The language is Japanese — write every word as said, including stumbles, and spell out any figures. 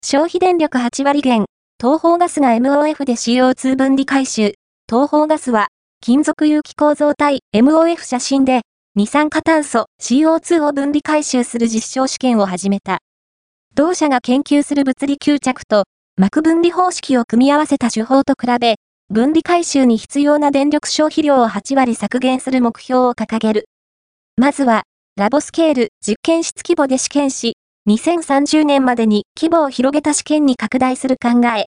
消費電力はちわりげん、東邦ガスが エムオーエフ で シーオーツー 分離回収。東邦ガスは、金属有機構造体 エムオーエフ 写真で、二酸化炭素 シーオーツー を分離回収する実証試験を始めた。同社が研究する物理吸着と膜分離方式を組み合わせた手法と比べ、分離回収に必要な電力消費量をはちわり削減する目標を掲げる。まずは、ラボスケール実験室規模で試験し、にせんさんじゅうねんまでに規模を広げた試験に拡大する考え。